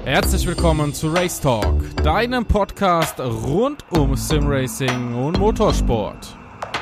Herzlich willkommen zu Race Talk, deinem Podcast rund um Simracing und Motorsport.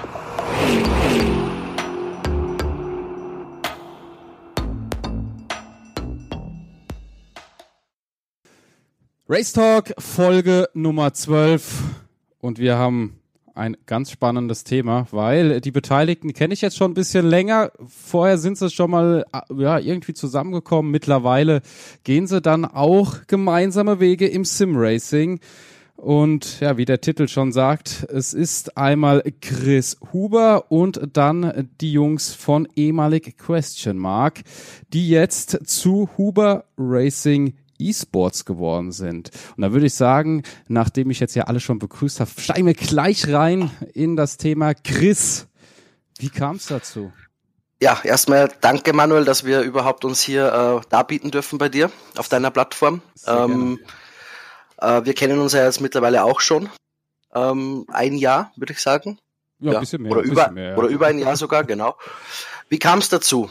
Race Talk, Folge Nummer 12 und wir haben ein ganz spannendes Thema, weil die Beteiligten kenne ich jetzt schon ein bisschen länger. Vorher sind sie schon mal irgendwie zusammengekommen. Mittlerweile gehen sie dann auch gemeinsame Wege im Simracing. Und ja, wie der Titel schon sagt, es ist einmal Chris Huber und dann die Jungs von ehemalig Question Mark, die jetzt zu Huber Racing E-Sports geworden sind. Und da würde ich sagen, nachdem ich jetzt ja alle schon begrüßt habe, steigen wir gleich rein in das Thema. Chris, wie kam es dazu? Ja, erstmal danke Manuel, dass wir überhaupt uns hier darbieten dürfen bei dir auf deiner Plattform. Wir kennen uns ja jetzt mittlerweile auch schon ein Jahr, würde ich sagen. Ja, ein bisschen mehr. Oder über ein Jahr sogar, genau. Wie kam es dazu?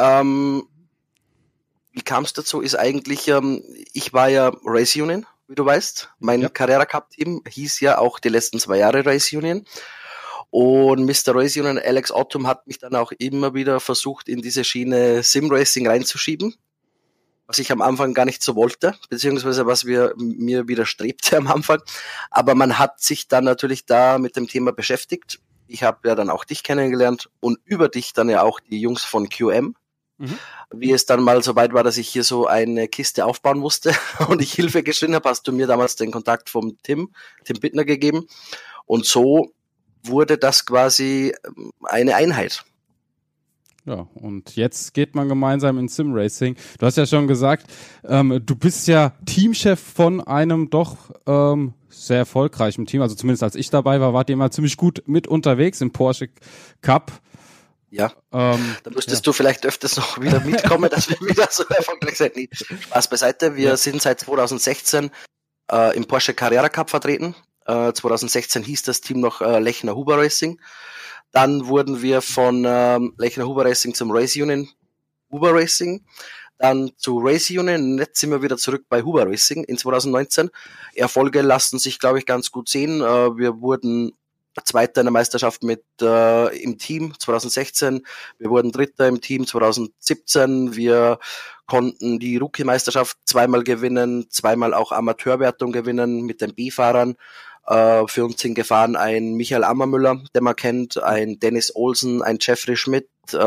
Ist eigentlich, ich war ja Race Union, wie du weißt. Mein Carrera Cup Team hieß ja auch die letzten 2 Jahre Race Union. Und Mr. Race Union Alex Ottum hat mich dann auch immer wieder versucht, in diese Schiene Sim Racing reinzuschieben. Was ich am Anfang gar nicht so wollte, beziehungsweise was mir widerstrebte am Anfang. Aber man hat sich dann natürlich da mit dem Thema beschäftigt. Ich habe ja dann auch dich kennengelernt und über dich dann ja auch die Jungs von QM. Wie es dann mal so weit war, dass ich hier so eine Kiste aufbauen musste und ich Hilfe geschrien habe, hast du mir damals den Kontakt vom Tim Bittner gegeben. Und so wurde das quasi eine Einheit. Ja, und jetzt geht man gemeinsam ins Simracing. Du hast ja schon gesagt, du bist ja Teamchef von einem doch sehr erfolgreichen Team. Also zumindest als ich dabei war, wart ihr mal ziemlich gut mit unterwegs im Porsche Cup. Ja, da müsstest du vielleicht öfters noch wieder mitkommen, dass wir wieder so erfolgreich sind. Nee, Spaß beiseite, wir sind seit 2016 im Porsche Carrera Cup vertreten. 2016 hieß das Team noch Lechner Huber Racing. Dann wurden wir von Lechner Huber Racing zum Race Union Huber Racing. Dann zu Race Union, jetzt sind wir wieder zurück bei Huber Racing in 2019. Erfolge lassen sich, glaube ich, ganz gut sehen. Wir wurden Zweiter in der Meisterschaft im Team 2016. Wir wurden Dritter im Team 2017. Wir konnten die Rookie-Meisterschaft 2-mal gewinnen, 2-mal auch Amateurwertung gewinnen mit den B-Fahrern. Für uns sind gefahren ein Michael Ammermüller, den man kennt, ein Dennis Olsen, ein Jeffrey Schmidt,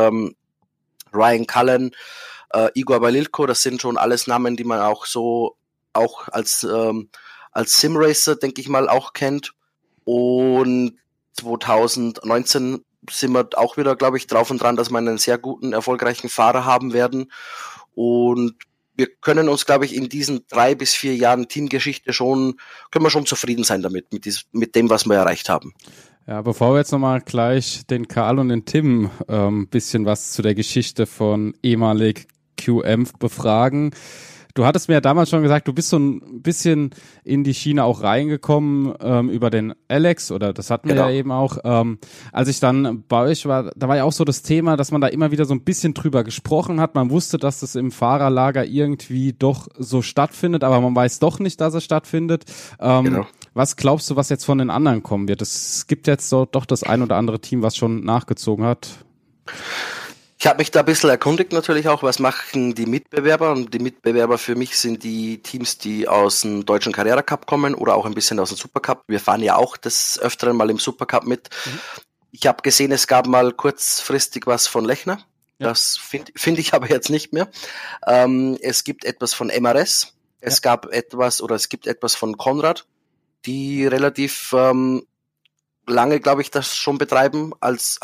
Ryan Cullen, Igor Balilko. Das sind schon alles Namen, die man auch als Simracer, denke ich mal, auch kennt. Und 2019 sind wir auch wieder, glaube ich, drauf und dran, dass wir einen sehr guten, erfolgreichen Fahrer haben werden. Und wir können uns, glaube ich, in diesen 3 bis 4 Jahren Teamgeschichte können wir schon zufrieden sein damit, mit dem, was wir erreicht haben. Ja, bevor wir jetzt nochmal gleich den Karl und den Tim bisschen was zu der Geschichte von ehemalig QM befragen. Du hattest mir ja damals schon gesagt, du bist so ein bisschen in die Schiene auch reingekommen über den Alex, oder das hatten wir ja eben auch. Als ich dann bei euch war, da war ja auch so das Thema, dass man da immer wieder so ein bisschen drüber gesprochen hat. Man wusste, dass das im Fahrerlager irgendwie doch so stattfindet, aber man weiß doch nicht, dass es stattfindet. Was glaubst du, was jetzt von den anderen kommen wird? Es gibt jetzt so doch das ein oder andere Team, was schon nachgezogen hat. Ich habe mich da ein bisschen erkundigt natürlich auch, was machen die Mitbewerber, und die Mitbewerber für mich sind die Teams, die aus dem deutschen Carrera Cup kommen oder auch ein bisschen aus dem Supercup. Wir fahren ja auch des Öfteren mal im Supercup mit. Ich habe gesehen, es gab mal kurzfristig was von Lechner. Ja. Das finde ich aber jetzt nicht mehr. Es gibt etwas von MRS. Es gibt etwas von Konrad, die relativ lange, glaube ich, das schon betreiben als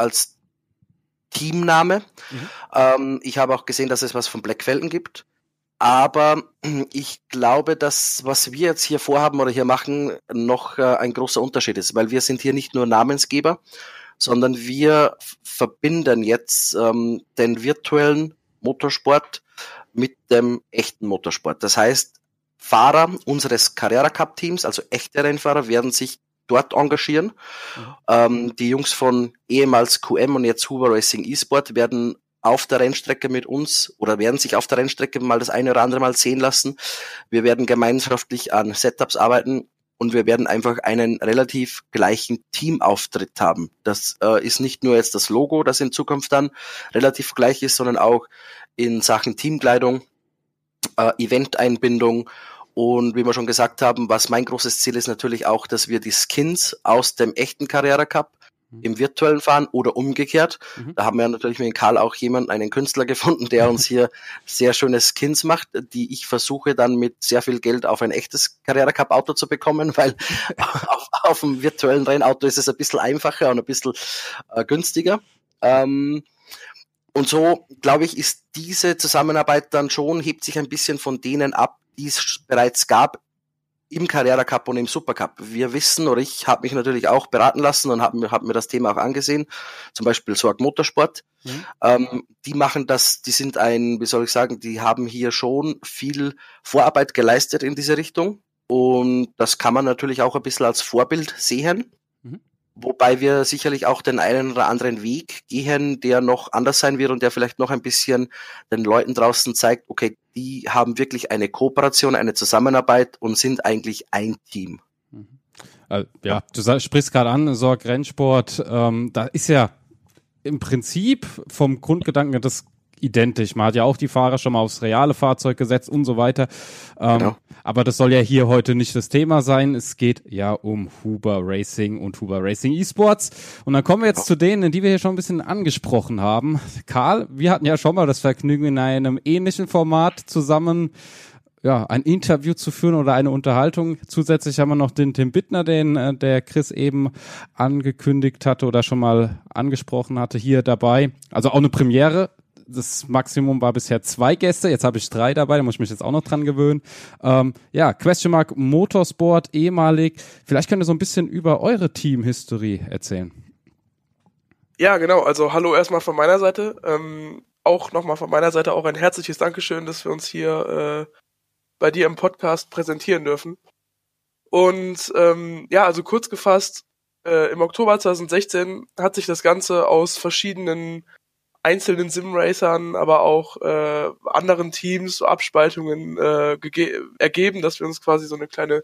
Teamname. Ich habe auch gesehen, dass es was von Black Falcon gibt. Aber ich glaube, dass was wir jetzt hier vorhaben oder hier machen, noch ein großer Unterschied ist, weil wir sind hier nicht nur Namensgeber, sondern wir verbinden jetzt den virtuellen Motorsport mit dem echten Motorsport. Das heißt, Fahrer unseres Carrera Cup Teams, also echte Rennfahrer, werden sich dort engagieren. Die Jungs von ehemals QM und jetzt Huber Racing eSport werden auf der Rennstrecke mit uns oder werden sich auf der Rennstrecke mal das eine oder andere Mal sehen lassen. Wir werden gemeinschaftlich an Setups arbeiten und wir werden einfach einen relativ gleichen Teamauftritt haben. Das ist nicht nur jetzt das Logo, das in Zukunft dann relativ gleich ist, sondern auch in Sachen Teamkleidung, Eventeinbindung. Und wie wir schon gesagt haben, was mein großes Ziel ist natürlich auch, dass wir die Skins aus dem echten Carrera Cup im virtuellen fahren oder umgekehrt. Da haben wir natürlich mit Karl auch einen Künstler gefunden, der uns hier sehr schöne Skins macht, die ich versuche dann mit sehr viel Geld auf ein echtes Carrera Cup Auto zu bekommen, weil auf dem virtuellen Rennauto ist es ein bisschen einfacher und ein bisschen günstiger. Und so, glaube ich, ist diese Zusammenarbeit dann schon, hebt sich ein bisschen von denen ab, die es bereits gab im Carrera Cup und im Supercup. Wir wissen, oder ich habe mich natürlich auch beraten lassen und hab mir das Thema auch angesehen, zum Beispiel Sorg Motorsport. Die machen das, die sind die haben hier schon viel Vorarbeit geleistet in diese Richtung und das kann man natürlich auch ein bisschen als Vorbild sehen. Wobei wir sicherlich auch den einen oder anderen Weg gehen, der noch anders sein wird und der vielleicht noch ein bisschen den Leuten draußen zeigt, okay, die haben wirklich eine Kooperation, eine Zusammenarbeit und sind eigentlich ein Team. Ja, du sprichst gerade an, Sorg Rennsport, da ist ja im Prinzip vom Grundgedanken das identisch. Man hat ja auch die Fahrer schon mal aufs reale Fahrzeug gesetzt und so weiter. Genau. Aber das soll ja hier heute nicht das Thema sein. Es geht ja um Huber Racing und Huber Racing Esports. Und dann kommen wir jetzt zu denen, die wir hier schon ein bisschen angesprochen haben. Karl, wir hatten ja schon mal das Vergnügen, in einem ähnlichen Format zusammen ein Interview zu führen oder eine Unterhaltung. Zusätzlich haben wir noch den Tim Bittner, den der Chris eben angekündigt hatte oder schon mal angesprochen hatte, hier dabei. Also auch eine Premiere. Das Maximum war bisher 2 Gäste, jetzt habe ich 3 dabei, da muss ich mich jetzt auch noch dran gewöhnen. Question Mark Motorsport, ehemalig. Vielleicht könnt ihr so ein bisschen über eure Team-History erzählen. Ja, genau, also hallo erstmal von meiner Seite. Auch nochmal von meiner Seite auch ein herzliches Dankeschön, dass wir uns hier bei dir im Podcast präsentieren dürfen. Und also kurz gefasst, im Oktober 2016 hat sich das Ganze aus verschiedenen einzelnen Simracern, aber auch anderen Teams, Abspaltungen ergeben, dass wir uns quasi so eine kleine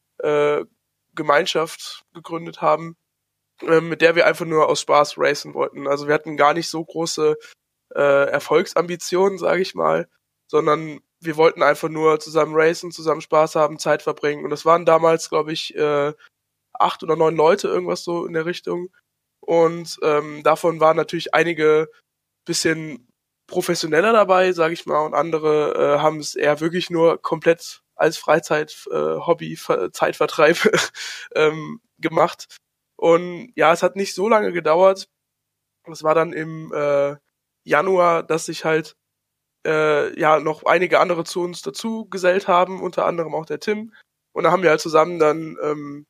Gemeinschaft gegründet haben, mit der wir einfach nur aus Spaß racen wollten. Also wir hatten gar nicht so große Erfolgsambitionen, sage ich mal, sondern wir wollten einfach nur zusammen racen, zusammen Spaß haben, Zeit verbringen. Und das waren damals, glaube ich, 8 oder 9 Leute, irgendwas so in der Richtung. Und davon waren natürlich einige bisschen professioneller dabei, sage ich mal, und andere haben es eher wirklich nur komplett als Freizeit, Hobby, Zeitvertreib gemacht. Und ja, es hat nicht so lange gedauert. Es war dann im Januar, dass sich halt noch einige andere zu uns dazu gesellt haben, unter anderem auch der Tim. Und da haben wir halt zusammen dann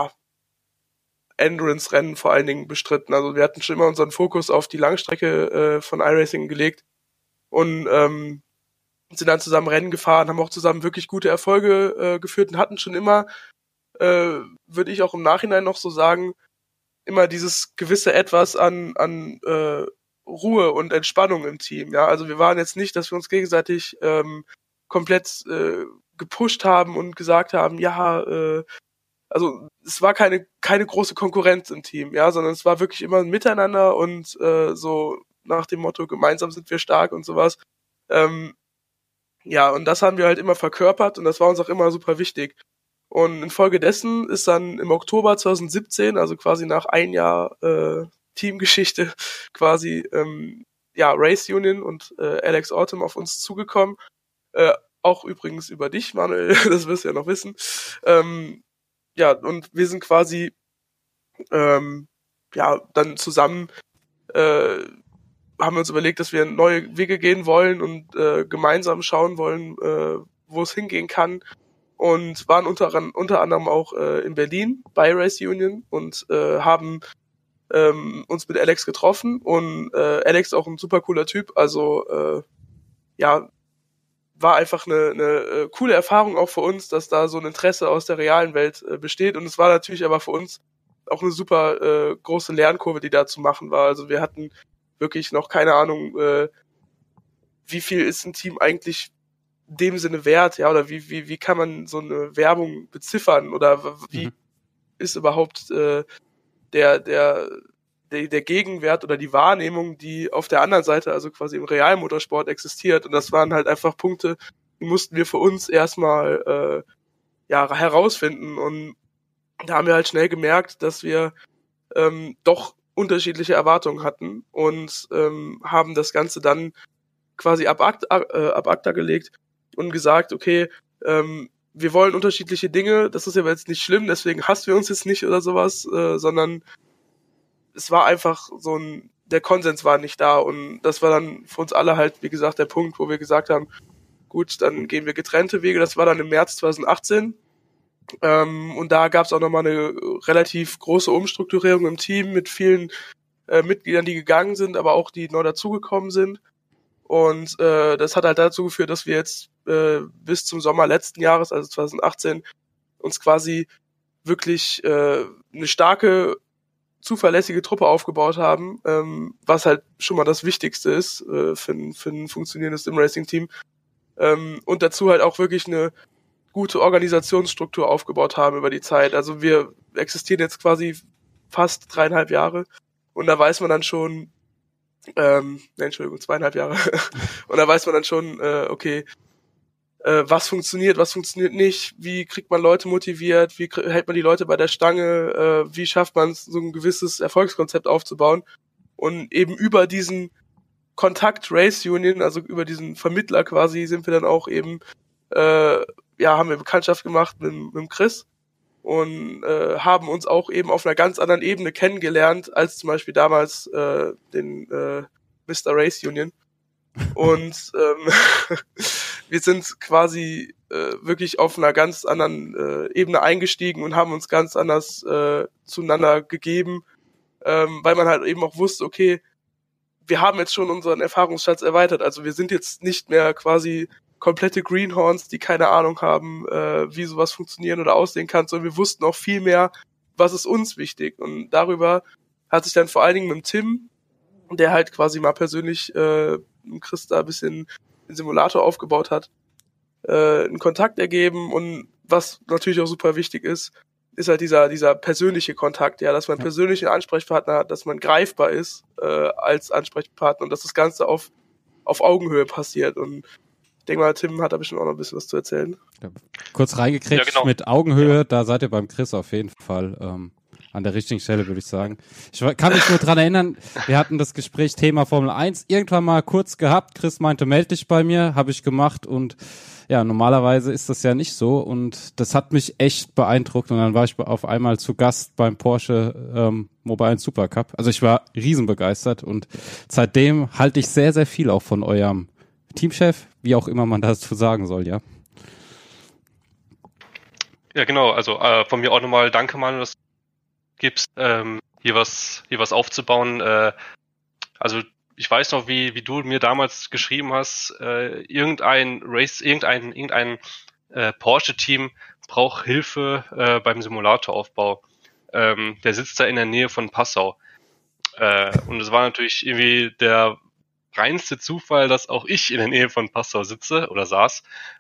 Endurance-Rennen vor allen Dingen bestritten. Also wir hatten schon immer unseren Fokus auf die Langstrecke von iRacing gelegt und sind dann zusammen Rennen gefahren, haben auch zusammen wirklich gute Erfolge geführt und hatten schon immer, würde ich auch im Nachhinein noch so sagen, immer dieses gewisse Etwas an Ruhe und Entspannung im Team. Ja, also wir waren jetzt nicht, dass wir uns gegenseitig komplett gepusht haben und gesagt haben, also es war keine große Konkurrenz im Team, ja, sondern es war wirklich immer ein Miteinander und so nach dem Motto, gemeinsam sind wir stark und sowas. Und das haben wir halt immer verkörpert und das war uns auch immer super wichtig. Und infolgedessen ist dann im Oktober 2017, also quasi nach 1 Jahr Teamgeschichte, quasi Race Union und Alex Autumn auf uns zugekommen. Auch übrigens über dich, Manuel, das wirst du ja noch wissen. Und wir sind quasi dann zusammen haben wir uns überlegt, dass wir neue Wege gehen wollen und gemeinsam schauen wollen, wo es hingehen kann. Und waren unter anderem auch in Berlin bei Race Union und haben uns mit Alex getroffen. Und Alex auch ein super cooler Typ, also war einfach eine coole Erfahrung auch für uns, dass da so ein Interesse aus der realen Welt besteht. Und es war natürlich aber für uns auch eine super große Lernkurve, die da zu machen war. Also wir hatten wirklich noch keine Ahnung, wie viel ist ein Team eigentlich in dem Sinne wert, ja, oder wie kann man so eine Werbung beziffern oder wie ist überhaupt der Gegenwert oder die Wahrnehmung, die auf der anderen Seite, also quasi im Realmotorsport existiert. Und das waren halt einfach Punkte, die mussten wir für uns erstmal herausfinden. Und da haben wir halt schnell gemerkt, dass wir doch unterschiedliche Erwartungen hatten und haben das Ganze dann quasi ab acta gelegt und gesagt, okay, wir wollen unterschiedliche Dinge, das ist ja jetzt nicht schlimm, deswegen hassen wir uns jetzt nicht oder sowas, sondern es war einfach der Konsens war nicht da und das war dann für uns alle halt, wie gesagt, der Punkt, wo wir gesagt haben, gut, dann gehen wir getrennte Wege, das war dann im März 2018 und da gab es auch nochmal eine relativ große Umstrukturierung im Team mit vielen Mitgliedern, die gegangen sind, aber auch die neu dazugekommen sind und das hat halt dazu geführt, dass wir jetzt bis zum Sommer letzten Jahres, also 2018, uns quasi wirklich eine starke, zuverlässige Truppe aufgebaut haben, was halt schon mal das Wichtigste ist für ein funktionierendes Sim-Racing-Team. Und dazu halt auch wirklich eine gute Organisationsstruktur aufgebaut haben über die Zeit. Also wir existieren jetzt quasi fast 3,5 Jahre und da weiß man dann schon, 2,5 Jahre. Und da weiß man dann schon, okay, was funktioniert nicht, wie kriegt man Leute motiviert, wie hält man die Leute bei der Stange, wie schafft man es, so ein gewisses Erfolgskonzept aufzubauen und eben über diesen Kontakt Race Union, also über diesen Vermittler quasi, sind wir dann auch eben, haben wir Bekanntschaft gemacht mit Chris und haben uns auch eben auf einer ganz anderen Ebene kennengelernt, als zum Beispiel damals den Mr. Race Union. Und wir sind quasi wirklich auf einer ganz anderen Ebene eingestiegen und haben uns ganz anders zueinander gegeben, weil man halt eben auch wusste, okay, wir haben jetzt schon unseren Erfahrungsschatz erweitert. Also wir sind jetzt nicht mehr quasi komplette Greenhorns, die keine Ahnung haben, wie sowas funktionieren oder aussehen kann, sondern wir wussten auch viel mehr, was ist uns wichtig. Und darüber hat sich dann vor allen Dingen mit Tim, der halt quasi mal persönlich Chris da ein bisschen den Simulator aufgebaut hat, einen Kontakt ergeben. Und was natürlich auch super wichtig ist halt dieser persönliche Kontakt, ja, dass man persönlichen Ansprechpartner hat, dass man greifbar ist als Ansprechpartner und dass das Ganze auf Augenhöhe passiert. Und ich denke mal, Tim hat da bestimmt auch noch ein bisschen was zu erzählen. Ja, kurz reingekriegt mit Augenhöhe, da seid ihr beim Chris auf jeden Fall an der richtigen Stelle, würde ich sagen. Ich kann mich nur dran erinnern, wir hatten das Gespräch Thema Formel 1 irgendwann mal kurz gehabt. Chris meinte, meld dich bei mir, habe ich gemacht und ja, normalerweise ist das ja nicht so und das hat mich echt beeindruckt und dann war ich auf einmal zu Gast beim Porsche Mobile Supercup. Also ich war riesenbegeistert und seitdem halte ich sehr, sehr viel auch von eurem Teamchef, wie auch immer man dazu sagen soll, ja. Ja, genau, also von mir auch nochmal danke, Manu, dass du gibst, hier was aufzubauen. Also ich weiß noch, wie du mir damals geschrieben hast, irgendein Porsche-Team braucht Hilfe beim Simulatoraufbau. Der sitzt da in der Nähe von Passau. Und es war natürlich irgendwie der reinste Zufall, dass auch ich in der Nähe von Passau sitze oder saß.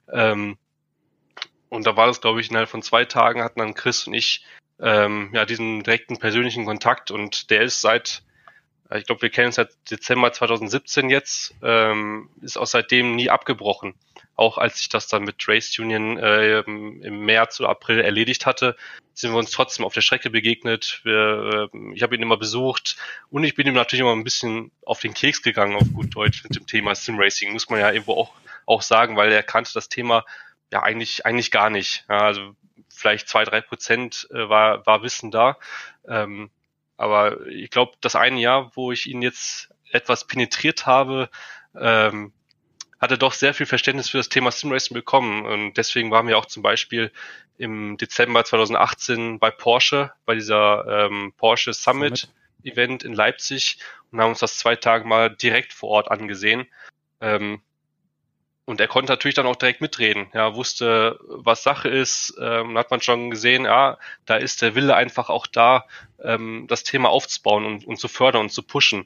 Und da war das, glaube ich, innerhalb von 2 Tagen hatten dann Chris und ich diesen direkten persönlichen Kontakt und der ist ich glaube, wir kennen es seit Dezember 2017 jetzt, ist auch seitdem nie abgebrochen. Auch als ich das dann mit Race Union im März oder April erledigt hatte, sind wir uns trotzdem auf der Strecke begegnet. Ich habe ihn immer besucht und ich bin ihm natürlich immer ein bisschen auf den Keks gegangen, auf gut Deutsch, mit dem Thema Sim-Racing, muss man ja irgendwo auch sagen, weil er kannte das Thema ja eigentlich gar nicht. Ja, also vielleicht 2-3% war Wissen da. Aber ich glaube, das eine Jahr, wo ich ihn jetzt etwas penetriert habe, hat er doch sehr viel Verständnis für das Thema Simracing bekommen. Und deswegen waren wir auch zum Beispiel im Dezember 2018 bei Porsche, bei dieser Porsche Summit Event in Leipzig und haben uns das 2 Tage mal direkt vor Ort angesehen. Und er konnte natürlich dann auch direkt mitreden, ja, wusste, was Sache ist, hat man schon gesehen, ja, da ist der Wille einfach auch da, das Thema aufzubauen und zu fördern und zu pushen.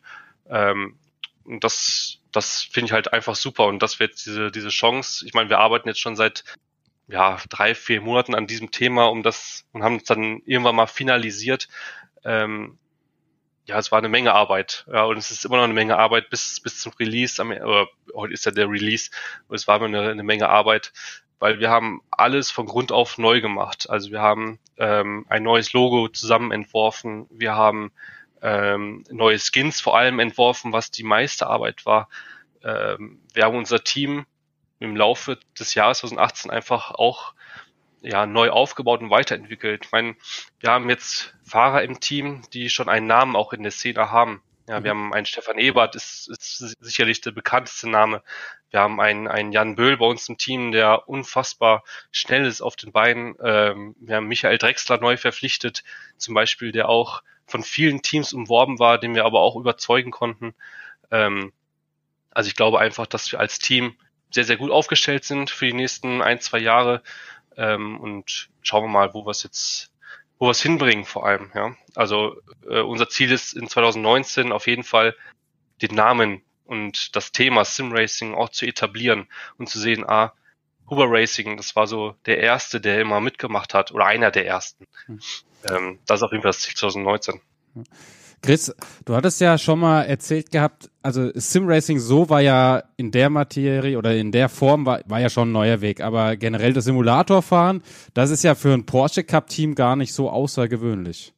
Und das finde ich halt einfach super. Und das wird diese Chance, ich meine, wir arbeiten jetzt schon seit 3-4 Monaten an diesem Thema und haben es dann irgendwann mal finalisiert. Es war eine Menge Arbeit. Ja, und es ist immer noch eine Menge Arbeit bis zum Release. Heute ist ja der Release. Und es war immer eine Menge Arbeit, weil wir haben alles von Grund auf neu gemacht. Also wir haben ein neues Logo zusammen entworfen. Wir haben neue Skins vor allem entworfen, was die meiste Arbeit war. Wir haben unser Team im Laufe des Jahres 2018 einfach auch neu aufgebaut und weiterentwickelt. Ich meine, wir haben jetzt Fahrer im Team, die schon einen Namen auch in der Szene haben. Ja, wir haben einen Stefan Ebert, ist sicherlich der bekannteste Name. Wir haben einen Jan Böhl bei uns im Team, der unfassbar schnell ist auf den Beinen. Wir haben Michael Drechsler neu verpflichtet, zum Beispiel, der auch von vielen Teams umworben war, den wir aber auch überzeugen konnten. Also ich glaube einfach, dass wir als Team sehr, sehr gut aufgestellt sind für die nächsten 1-2 Jahre. Und schauen wir mal, wo wir es hinbringen vor allem. Ja, also unser Ziel ist in 2019 auf jeden Fall den Namen und das Thema Simracing auch zu etablieren und zu sehen, Huber Racing, das war so der erste, der immer mitgemacht hat oder einer der ersten. Das ist auf jeden Fall das Ziel 2019. Chris, du hattest ja schon mal erzählt gehabt, also Simracing so war ja in der Materie oder in der Form war ja schon ein neuer Weg, aber generell das Simulatorfahren, das ist ja für ein Porsche Cup Team gar nicht so außergewöhnlich.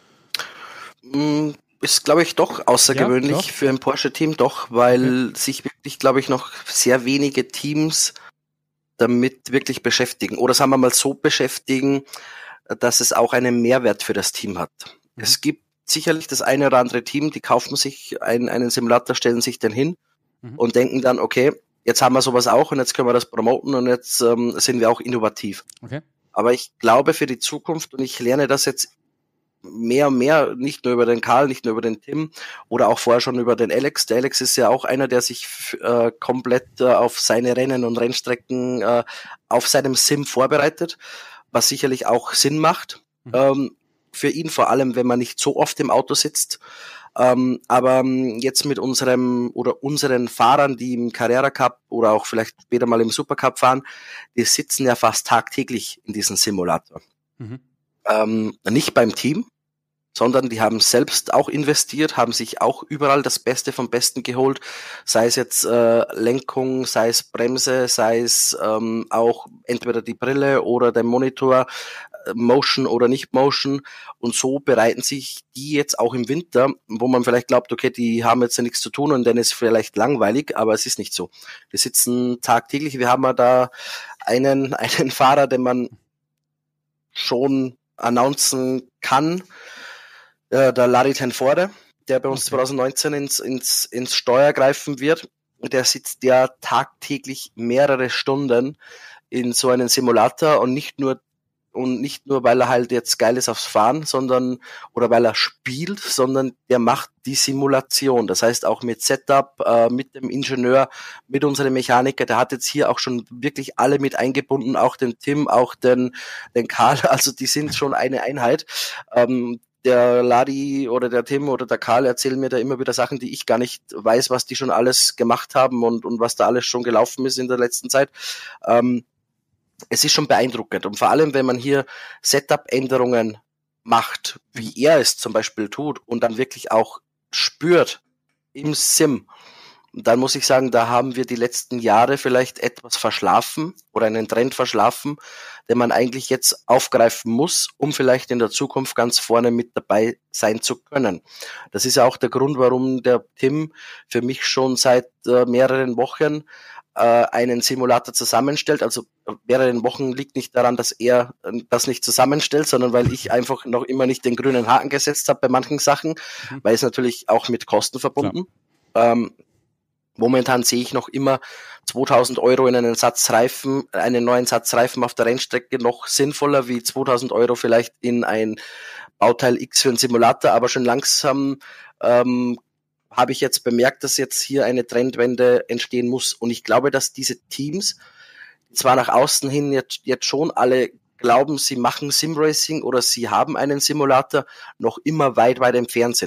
Ist, glaube ich, doch außergewöhnlich doch. Für ein Porsche Team, doch, weil sich wirklich, glaube ich, noch sehr wenige Teams damit wirklich beschäftigen oder sagen wir mal so beschäftigen, dass es auch einen Mehrwert für das Team hat. Es gibt sicherlich das eine oder andere Team, die kaufen sich einen Simulator, stellen sich den hin und denken dann, okay, jetzt haben wir sowas auch und jetzt können wir das promoten und jetzt sind wir auch innovativ. Okay. Aber ich glaube für die Zukunft, und ich lerne das jetzt mehr und mehr, nicht nur über den Karl, nicht nur über den Tim oder auch vorher schon über den Alex. Der Alex ist ja auch einer, der sich komplett auf seine Rennen und Rennstrecken auf seinem Sim vorbereitet, was sicherlich auch Sinn macht. Für ihn vor allem, wenn man nicht so oft im Auto sitzt. Aber jetzt mit unseren Fahrern, die im Carrera Cup oder auch vielleicht später mal im Supercup fahren, die sitzen ja fast tagtäglich in diesem Simulator. Nicht beim Team, sondern die haben selbst auch investiert, haben sich auch überall das Beste vom Besten geholt, sei es jetzt Lenkung, sei es Bremse, sei es auch entweder die Brille oder der Monitor, Motion oder nicht Motion, und so bereiten sich die jetzt auch im Winter, wo man vielleicht glaubt, okay, die haben jetzt ja nichts zu tun und dann ist vielleicht langweilig, aber es ist nicht so. Wir sitzen tagtäglich, wir haben ja da einen Fahrer, den man schon announcen kann, der Larry Tenforde, der bei uns 2019 ins Steuer greifen wird. Der sitzt ja tagtäglich mehrere Stunden in so einem Simulator und nicht nur, weil er halt jetzt geil ist aufs Fahren, oder weil er spielt, sondern der macht die Simulation. Das heißt auch mit Setup, mit dem Ingenieur, mit unserem Mechaniker. Der hat jetzt hier auch schon wirklich alle mit eingebunden, auch den Tim, auch den Karl. Also die sind schon eine Einheit. Der Ladi oder der Tim oder der Karl erzählen mir da immer wieder Sachen, die ich gar nicht weiß, was die schon alles gemacht haben und was da alles schon gelaufen ist in der letzten Zeit. Es ist schon beeindruckend. Und vor allem, wenn man hier Setup-Änderungen macht, wie er es zum Beispiel tut und dann wirklich auch spürt im Sim, dann muss ich sagen, da haben wir die letzten Jahre vielleicht etwas verschlafen oder einen Trend verschlafen, den man eigentlich jetzt aufgreifen muss, um vielleicht in der Zukunft ganz vorne mit dabei sein zu können. Das ist ja auch der Grund, warum der Tim für mich schon seit mehreren Wochen einen Simulator zusammenstellt. Also mehreren Wochen liegt nicht daran, dass er das nicht zusammenstellt, sondern weil ich einfach noch immer nicht den grünen Haken gesetzt habe bei manchen Sachen, weil es natürlich auch mit Kosten verbunden. Momentan sehe ich noch immer 2.000 € in einen neuen Satz Reifen auf der Rennstrecke noch sinnvoller wie 2.000 € vielleicht in ein Bauteil X für einen Simulator, aber schon langsam habe ich jetzt bemerkt, dass jetzt hier eine Trendwende entstehen muss. Und ich glaube, dass diese Teams zwar nach außen hin jetzt schon alle glauben, sie machen Simracing oder sie haben einen Simulator, noch immer weit, weit entfernt sind.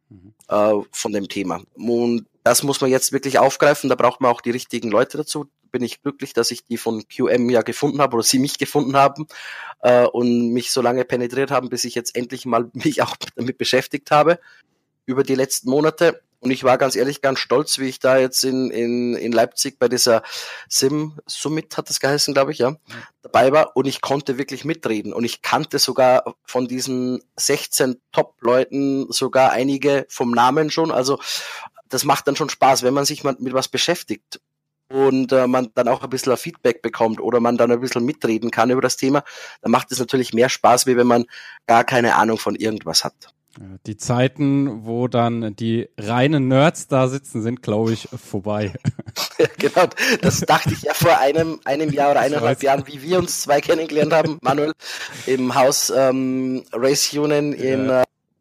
von dem Thema. Und das muss man jetzt wirklich aufgreifen, da braucht man auch die richtigen Leute dazu. Bin ich glücklich, dass ich die von QM ja gefunden habe oder sie mich gefunden haben und mich so lange penetriert haben, bis ich jetzt endlich mal mich auch damit beschäftigt habe über die letzten Monate. Und ich war ganz ehrlich ganz stolz, wie ich da jetzt in Leipzig bei dieser Summit, hat das geheißen, glaube ich, ja, dabei war. Und ich konnte wirklich mitreden. Und ich kannte sogar von diesen 16 Top-Leuten sogar einige vom Namen schon. Also das macht dann schon Spaß, wenn man sich mal mit was beschäftigt und man dann auch ein bisschen Feedback bekommt oder man dann ein bisschen mitreden kann über das Thema. Dann macht es natürlich mehr Spaß, wie wenn man gar keine Ahnung von irgendwas hat. Die Zeiten, wo dann die reinen Nerds da sitzen, sind, glaube ich, vorbei. Ja, genau, das dachte ich ja vor einem Jahr oder 1,5 Jahren, wie wir uns zwei kennengelernt haben, Manuel, im Haus Race Union in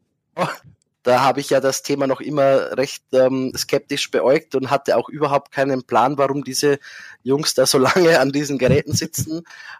da habe ich ja das Thema noch immer recht skeptisch beäugt und hatte auch überhaupt keinen Plan, warum diese Jungs da so lange an diesen Geräten sitzen.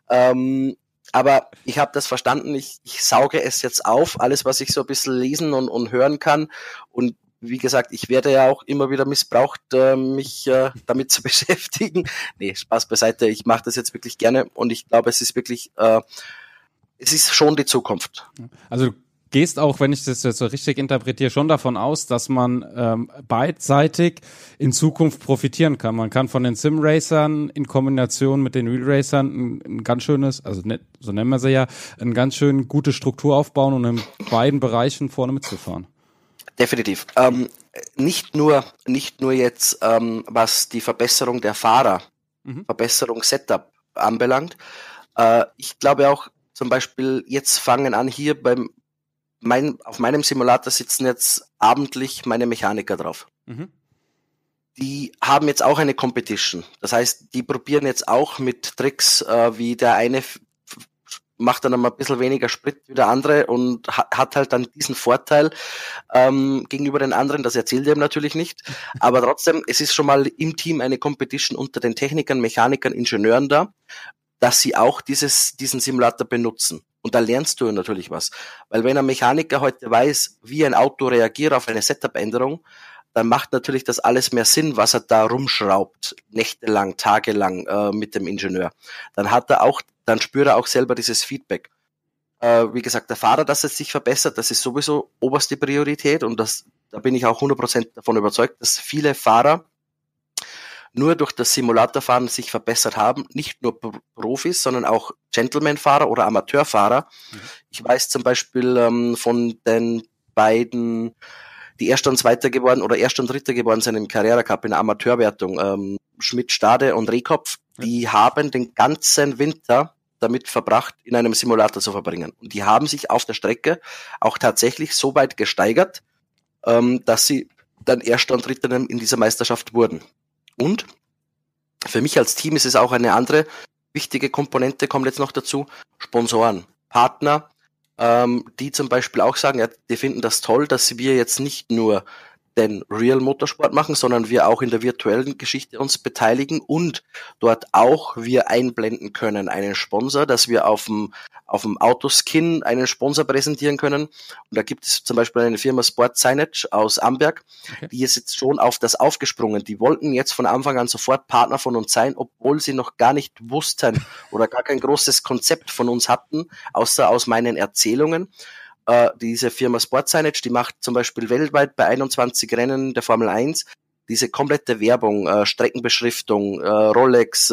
Aber ich habe das verstanden, ich sauge es jetzt auf, alles, was ich so ein bisschen lesen und hören kann. Und wie gesagt, ich werde ja auch immer wieder missbraucht, mich damit zu beschäftigen. Nee, Spaß beiseite, ich mache das jetzt wirklich gerne und ich glaube, es ist wirklich, es ist schon die Zukunft. Also du gehst auch, wenn ich das jetzt so richtig interpretiere, schon davon aus, dass man beidseitig in Zukunft profitieren kann. Man kann von den Sim-Racern in Kombination mit den Real-Racern ein ganz schönes, also nicht, so nennen wir sie ja, eine ganz schön gute Struktur aufbauen und in beiden Bereichen vorne mitzufahren. Definitiv. Nicht nur jetzt, was die Verbesserung der Fahrer, Verbesserung Setup anbelangt. Ich glaube auch zum Beispiel, jetzt fangen an hier auf meinem Simulator sitzen jetzt abendlich meine Mechaniker drauf. Die haben jetzt auch eine Competition. Das heißt, die probieren jetzt auch mit Tricks, wie der eine macht dann mal ein bisschen weniger Sprit wie der andere und hat halt dann diesen Vorteil gegenüber den anderen. Das erzählt er ihm natürlich nicht. Aber trotzdem, es ist schon mal im Team eine Competition unter den Technikern, Mechanikern, Ingenieuren da, dass sie auch diesen Simulator benutzen. Und da lernst du natürlich was. Weil wenn ein Mechaniker heute weiß, wie ein Auto reagiert auf eine Setup-Änderung, dann macht natürlich das alles mehr Sinn, was er da rumschraubt, nächtelang, tagelang mit dem Ingenieur. Dann spürt er auch selber dieses Feedback. Wie gesagt, der Fahrer, dass es sich verbessert, das ist sowieso oberste Priorität und da bin ich auch 100% davon überzeugt, dass viele Fahrer nur durch das Simulatorfahren sich verbessert haben, nicht nur Profis, sondern auch Gentleman-Fahrer oder Amateurfahrer. Ich weiß zum Beispiel von den beiden, die Erster und Zweiter geworden oder Erster und Dritter geworden sind im Carrera Cup in der Amateurwertung, Schmidt, Stade und Rehkopf, die haben den ganzen Winter damit verbracht, in einem Simulator zu verbringen. Und die haben sich auf der Strecke auch tatsächlich so weit gesteigert, dass sie dann Erster und Dritter in dieser Meisterschaft wurden. Und für mich als Team ist es auch eine andere wichtige Komponente, kommt jetzt noch dazu, Sponsoren, Partner, die zum Beispiel auch sagen, ja, die finden das toll, dass wir jetzt nicht nur den Real Motorsport machen, sondern wir auch in der virtuellen Geschichte uns beteiligen und dort auch wir einblenden können, einen Sponsor, dass wir auf dem Autoskin einen Sponsor präsentieren können. Und da gibt es zum Beispiel eine Firma Sport Signage aus Amberg, die ist jetzt schon auf das aufgesprungen. Die wollten jetzt von Anfang an sofort Partner von uns sein, obwohl sie noch gar nicht wussten oder gar kein großes Konzept von uns hatten, außer aus meinen Erzählungen. Diese Firma Sport Signage, die macht zum Beispiel weltweit bei 21 Rennen der Formel 1 diese komplette Werbung, Streckenbeschriftung, Rolex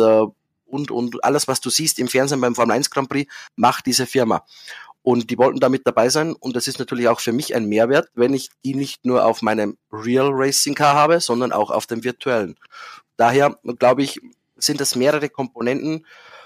und alles, was du siehst im Fernsehen beim Formel 1 Grand Prix, macht diese Firma. Und die wollten da mit dabei sein und das ist natürlich auch für mich ein Mehrwert, wenn ich die nicht nur auf meinem Real Racing Car habe, sondern auch auf dem virtuellen. Daher, glaube ich, sind das mehrere Komponenten,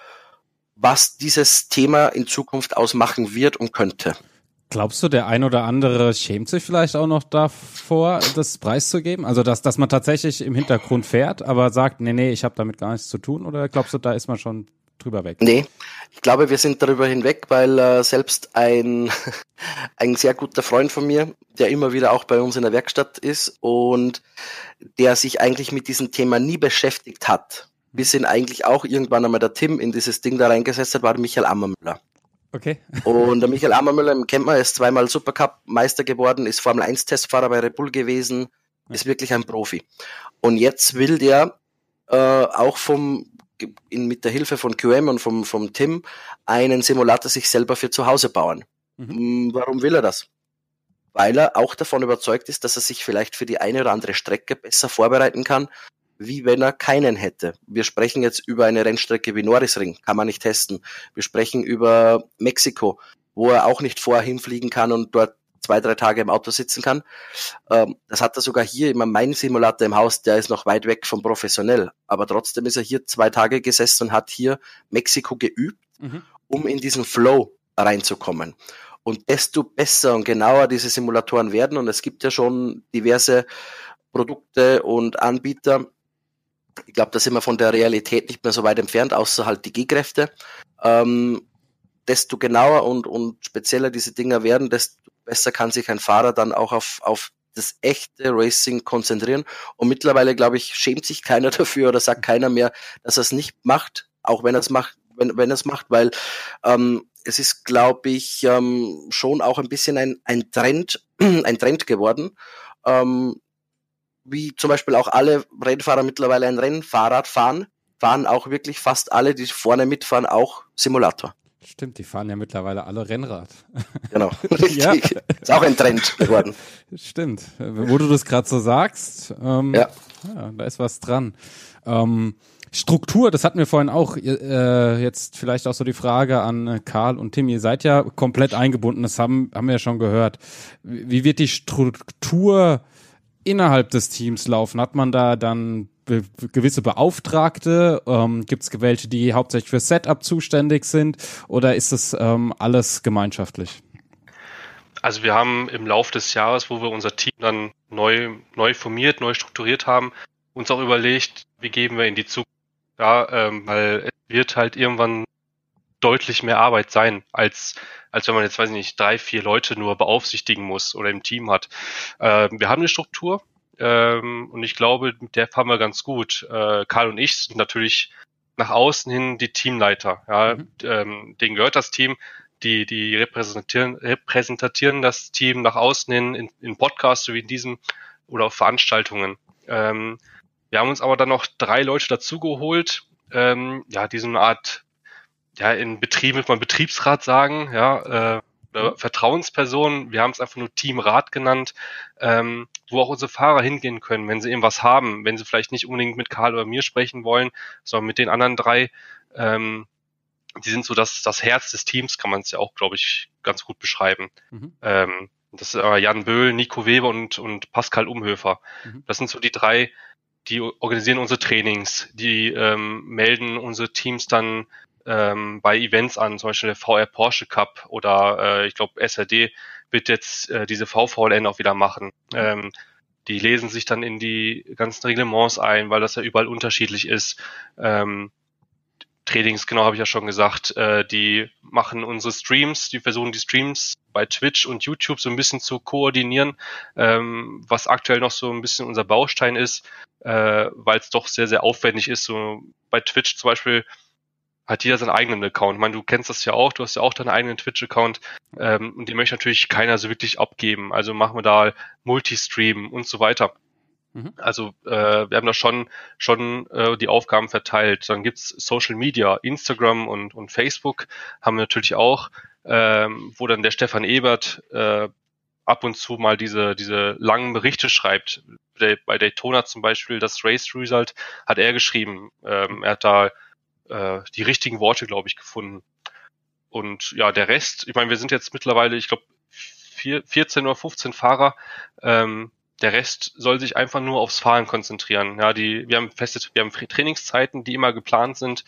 was dieses Thema in Zukunft ausmachen wird und könnte. Glaubst du, der ein oder andere schämt sich vielleicht auch noch davor, das preiszugeben? Also, dass man tatsächlich im Hintergrund fährt, aber sagt, nee, ich habe damit gar nichts zu tun? Oder glaubst du, da ist man schon drüber weg? Nee, ich glaube, wir sind darüber hinweg, weil selbst ein sehr guter Freund von mir, der immer wieder auch bei uns in der Werkstatt ist und der sich eigentlich mit diesem Thema nie beschäftigt hat, bis ihn eigentlich auch irgendwann einmal der Tim in dieses Ding da reingesetzt hat, war Michael Ammermüller. Okay. Und der Michael Ammermüller, kennt man, ist zweimal Supercup-Meister geworden, ist Formel-1-Testfahrer bei Red Bull gewesen, ist wirklich ein Profi. Und jetzt will der auch mit der Hilfe von QM und vom Tim einen Simulator sich selber für zu Hause bauen. Warum will er das? Weil er auch davon überzeugt ist, dass er sich vielleicht für die eine oder andere Strecke besser vorbereiten kann, wie wenn er keinen hätte. Wir sprechen jetzt über eine Rennstrecke wie Norrisring, kann man nicht testen. Wir sprechen über Mexiko, wo er auch nicht vorher hinfliegen kann und dort 2-3 Tage im Auto sitzen kann. Das hat er sogar hier immer mein Simulator im Haus, der ist noch weit weg vom professionell. Aber trotzdem ist er hier 2 Tage gesessen und hat hier Mexiko geübt, um in diesen Flow reinzukommen. Und desto besser und genauer diese Simulatoren werden, und es gibt ja schon diverse Produkte und Anbieter, ich glaube, da sind wir von der Realität nicht mehr so weit entfernt, außer halt die G-Kräfte. Desto genauer und spezieller diese Dinger werden, desto besser kann sich ein Fahrer dann auch auf das echte Racing konzentrieren. Und mittlerweile, glaube ich, schämt sich keiner dafür oder sagt keiner mehr, dass er es nicht macht, auch wenn er es macht, wenn er es macht, weil es ist, glaube ich, schon auch ein bisschen ein Trend geworden. Wie zum Beispiel auch alle Rennfahrer mittlerweile ein Rennfahrrad fahren auch wirklich fast alle, die vorne mitfahren, auch Simulator. Stimmt, die fahren ja mittlerweile alle Rennrad. Genau, richtig. Ja. Ist auch ein Trend geworden. Stimmt, wo du das gerade so sagst, ja, da ist was dran. Struktur, das hatten wir vorhin auch, jetzt vielleicht auch so die Frage an Karl und Tim, ihr seid ja komplett eingebunden, das haben wir ja schon gehört. Wie wird die Struktur innerhalb des Teams laufen? Hat man da dann gewisse Beauftragte? Gibt es welche, die hauptsächlich für Setup zuständig sind? Oder ist das alles gemeinschaftlich? Also wir haben im Laufe des Jahres, wo wir unser Team dann neu formiert, neu strukturiert haben, uns auch überlegt, wie geben wir in die Zukunft. Ja, weil es wird halt irgendwann deutlich mehr Arbeit sein, als wenn man jetzt, weiß ich nicht, 3-4 Leute nur beaufsichtigen muss oder im Team hat. Wir haben eine Struktur und ich glaube, mit der fahren wir ganz gut. Karl und ich sind natürlich nach außen hin die Teamleiter. Ja, denen gehört das Team. Die repräsentieren das Team nach außen hin in Podcasts, so wie in diesem, oder auf Veranstaltungen. Wir haben uns aber dann noch 3 Leute dazugeholt, die so eine Art, in Betrieben wird man Betriebsrat sagen, Vertrauenspersonen, wir haben es einfach nur Teamrat genannt, wo auch unsere Fahrer hingehen können, wenn sie irgendwas haben, wenn sie vielleicht nicht unbedingt mit Karl oder mir sprechen wollen, sondern mit den anderen 3, die sind so das Herz des Teams, kann man es ja auch, glaube ich, ganz gut beschreiben. Das ist Jan Böhl, Nico Weber und Pascal Umhöfer. Das sind so die 3, die organisieren unsere Trainings, die melden unsere Teams dann bei Events an, zum Beispiel der VR Porsche Cup oder ich glaube SRD wird jetzt diese VVLN auch wieder machen. Die lesen sich dann in die ganzen Reglements ein, weil das ja überall unterschiedlich ist. Trainings, genau, habe ich ja schon gesagt, die machen unsere Streams, die versuchen die Streams bei Twitch und YouTube so ein bisschen zu koordinieren, was aktuell noch so ein bisschen unser Baustein ist, weil es doch sehr, sehr aufwendig ist. So bei Twitch zum Beispiel hat jeder seinen eigenen Account. Ich meine, du kennst das ja auch, du hast ja auch deinen eigenen Twitch-Account und den möchte natürlich keiner so wirklich abgeben. Also machen wir da Multistream und so weiter. Also wir haben da schon die Aufgaben verteilt. Dann gibt's Social Media, Instagram und Facebook haben wir natürlich auch, wo dann der Stefan Ebert ab und zu mal diese langen Berichte schreibt. Bei Daytona zum Beispiel, das Race Result hat er geschrieben. Er hat da die richtigen Worte, glaube ich, gefunden. Und ja, der Rest, ich meine, wir sind jetzt mittlerweile, ich glaube, 14 oder 15 Fahrer. Der Rest soll sich einfach nur aufs Fahren konzentrieren. Ja, wir haben Trainingszeiten, die immer geplant sind.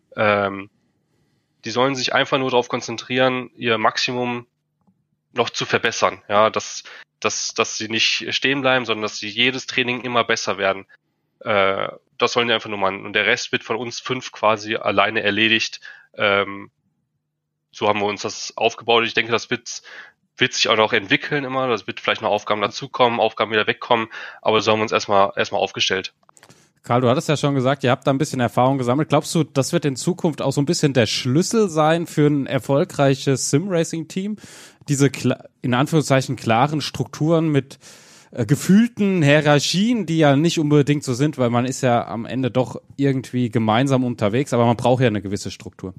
Die sollen sich einfach nur darauf konzentrieren, ihr Maximum noch zu verbessern. Ja, dass sie nicht stehen bleiben, sondern dass sie jedes Training immer besser werden. Das sollen die einfach nur machen. Und der Rest wird von uns 5 quasi alleine erledigt. So haben wir uns das aufgebaut. Ich denke, das wird sich auch noch entwickeln immer. Das wird vielleicht noch Aufgaben dazukommen, Aufgaben wieder wegkommen. Aber so haben wir uns erstmal aufgestellt. Karl, du hattest ja schon gesagt, ihr habt da ein bisschen Erfahrung gesammelt. Glaubst du, das wird in Zukunft auch so ein bisschen der Schlüssel sein für ein erfolgreiches Sim-Racing-Team? Diese in Anführungszeichen klaren Strukturen mit gefühlten Hierarchien, die ja nicht unbedingt so sind, weil man ist ja am Ende doch irgendwie gemeinsam unterwegs, aber man braucht ja eine gewisse Struktur.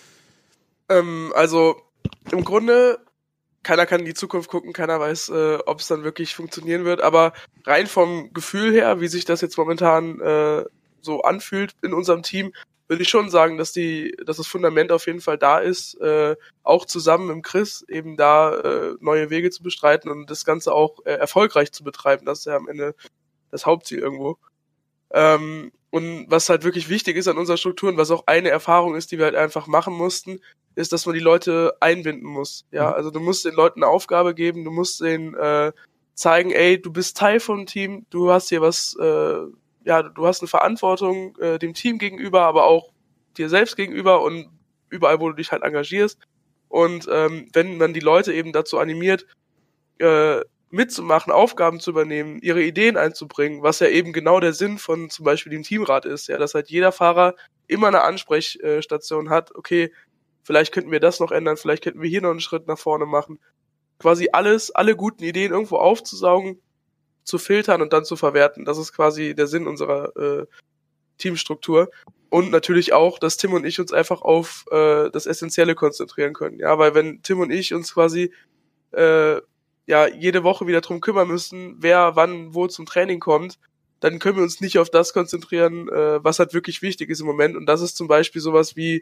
Also im Grunde, keiner kann in die Zukunft gucken, keiner weiß, ob es dann wirklich funktionieren wird, aber rein vom Gefühl her, wie sich das jetzt momentan so anfühlt in unserem Team, würde ich schon sagen, dass das Fundament auf jeden Fall da ist, auch zusammen mit dem Chris eben da neue Wege zu bestreiten und das Ganze auch erfolgreich zu betreiben. Das ist ja am Ende das Hauptziel irgendwo. Und was halt wirklich wichtig ist an unseren Strukturen, was auch eine Erfahrung ist, die wir halt einfach machen mussten, ist, dass man die Leute einbinden muss. Ja, also du musst den Leuten eine Aufgabe geben, du musst denen zeigen, ey, du bist Teil vom Team, du hast hier was, du hast eine Verantwortung dem Team gegenüber, aber auch dir selbst gegenüber und überall, wo du dich halt engagierst. Und wenn man die Leute eben dazu animiert, mitzumachen, Aufgaben zu übernehmen, ihre Ideen einzubringen, was ja eben genau der Sinn von zum Beispiel dem Teamrat ist, ja, dass halt jeder Fahrer immer eine Ansprechstation hat, okay, vielleicht könnten wir das noch ändern, vielleicht könnten wir hier noch einen Schritt nach vorne machen. Quasi alle guten Ideen irgendwo aufzusaugen, zu filtern und dann zu verwerten. Das ist quasi der Sinn unserer Teamstruktur. Und natürlich auch, dass Tim und ich uns einfach auf das Essentielle konzentrieren können. Ja, weil wenn Tim und ich uns quasi jede Woche wieder drum kümmern müssen, wer wann wo zum Training kommt, dann können wir uns nicht auf das konzentrieren, was halt wirklich wichtig ist im Moment. Und das ist zum Beispiel sowas wie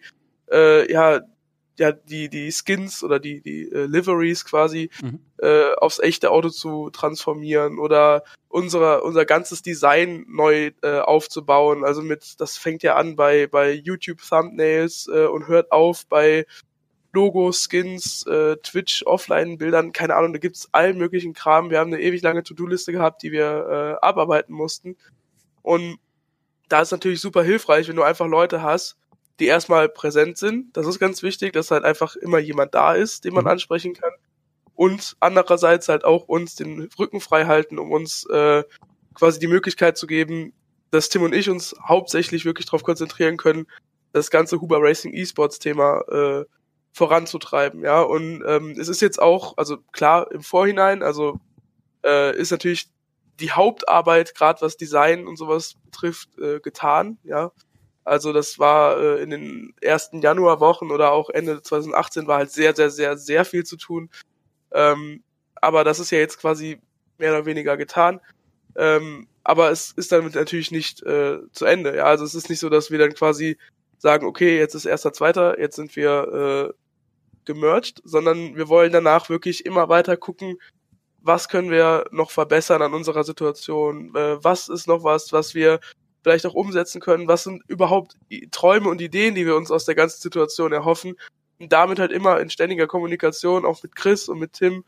die Skins oder die Liveries quasi aufs echte Auto zu transformieren oder unser ganzes Design neu aufzubauen. Also das fängt ja an bei YouTube Thumbnails und hört auf bei Logos, Skins, Twitch Offline-Bildern, keine Ahnung, da gibt's allen möglichen Kram. Wir haben eine ewig lange To-Do-Liste gehabt, die wir abarbeiten mussten. Und da ist natürlich super hilfreich, wenn du einfach Leute hast, die erstmal präsent sind. Das ist ganz wichtig, dass halt einfach immer jemand da ist, den man ansprechen kann. Und andererseits halt auch uns den Rücken frei halten, um uns quasi die Möglichkeit zu geben, dass Tim und ich uns hauptsächlich wirklich darauf konzentrieren können, das ganze Huber Racing E-Sports Thema voranzutreiben. Ja, und es ist jetzt auch, also klar im Vorhinein, also ist natürlich die Hauptarbeit, gerade was Design und sowas betrifft, getan. Ja, also das war in den ersten Januarwochen oder auch Ende 2018 war halt sehr, sehr, sehr, sehr viel zu tun. Aber das ist ja jetzt quasi mehr oder weniger getan. Aber es ist damit natürlich nicht zu Ende. Ja, also es ist nicht so, dass wir dann quasi sagen, okay, jetzt ist 1.2., jetzt sind wir gemerged, sondern wir wollen danach wirklich immer weiter gucken, was können wir noch verbessern an unserer Situation, was ist noch was wir vielleicht auch umsetzen können, was sind überhaupt Träume und Ideen, die wir uns aus der ganzen Situation erhoffen, und damit halt immer in ständiger Kommunikation auch mit Chris und mit Tim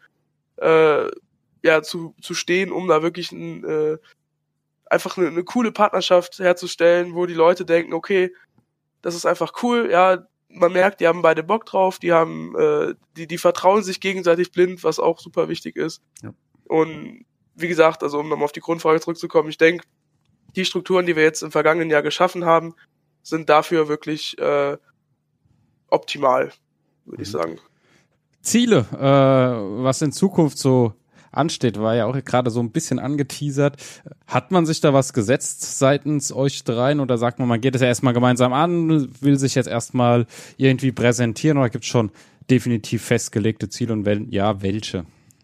zu stehen, um da wirklich einfach eine coole Partnerschaft herzustellen, wo die Leute denken, okay, das ist einfach cool, ja, man merkt, die haben beide Bock drauf, die haben, die vertrauen sich gegenseitig blind, was auch super wichtig ist. Ja. Und wie gesagt, also um nochmal auf die Grundfrage zurückzukommen, ich denke, die Strukturen, die wir jetzt im vergangenen Jahr geschaffen haben, sind dafür wirklich optimal, würde ich sagen. Ziele, was in Zukunft so ansteht, war ja auch gerade so ein bisschen angeteasert. Hat man sich da was gesetzt seitens euch dreien oder sagt man geht es ja erstmal gemeinsam an, will sich jetzt erstmal irgendwie präsentieren oder gibt es schon definitiv festgelegte Ziele und wenn ja, welche?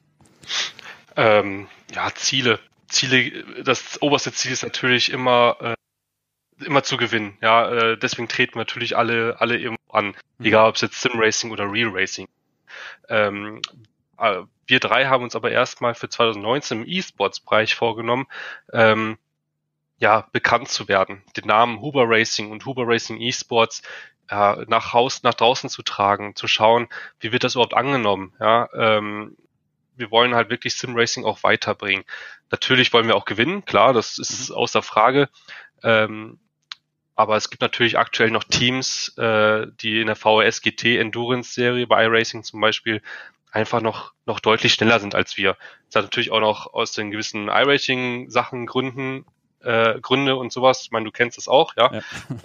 Ziele, das oberste Ziel ist natürlich immer zu gewinnen. Ja, deswegen treten natürlich alle irgendwo an, egal ob es jetzt Sim Racing oder Real Racing. Wir drei haben uns aber erstmal für 2019 im E-Sports-Bereich vorgenommen, bekannt zu werden, den Namen Huber Racing und Huber Racing E-Sports nach draußen zu tragen, zu schauen, wie wird das überhaupt angenommen. Ja, wir wollen halt wirklich Sim Racing auch weiterbringen. Natürlich wollen wir auch gewinnen, klar, das ist außer Frage. Aber es gibt natürlich aktuell noch Teams, die in der VRS GT Endurance Serie bei iRacing zum Beispiel einfach noch deutlich schneller sind als wir. Das hat natürlich auch noch aus den gewissen iRacing Sachen Gründen, Gründe und sowas. Ich meine, du kennst das auch, ja.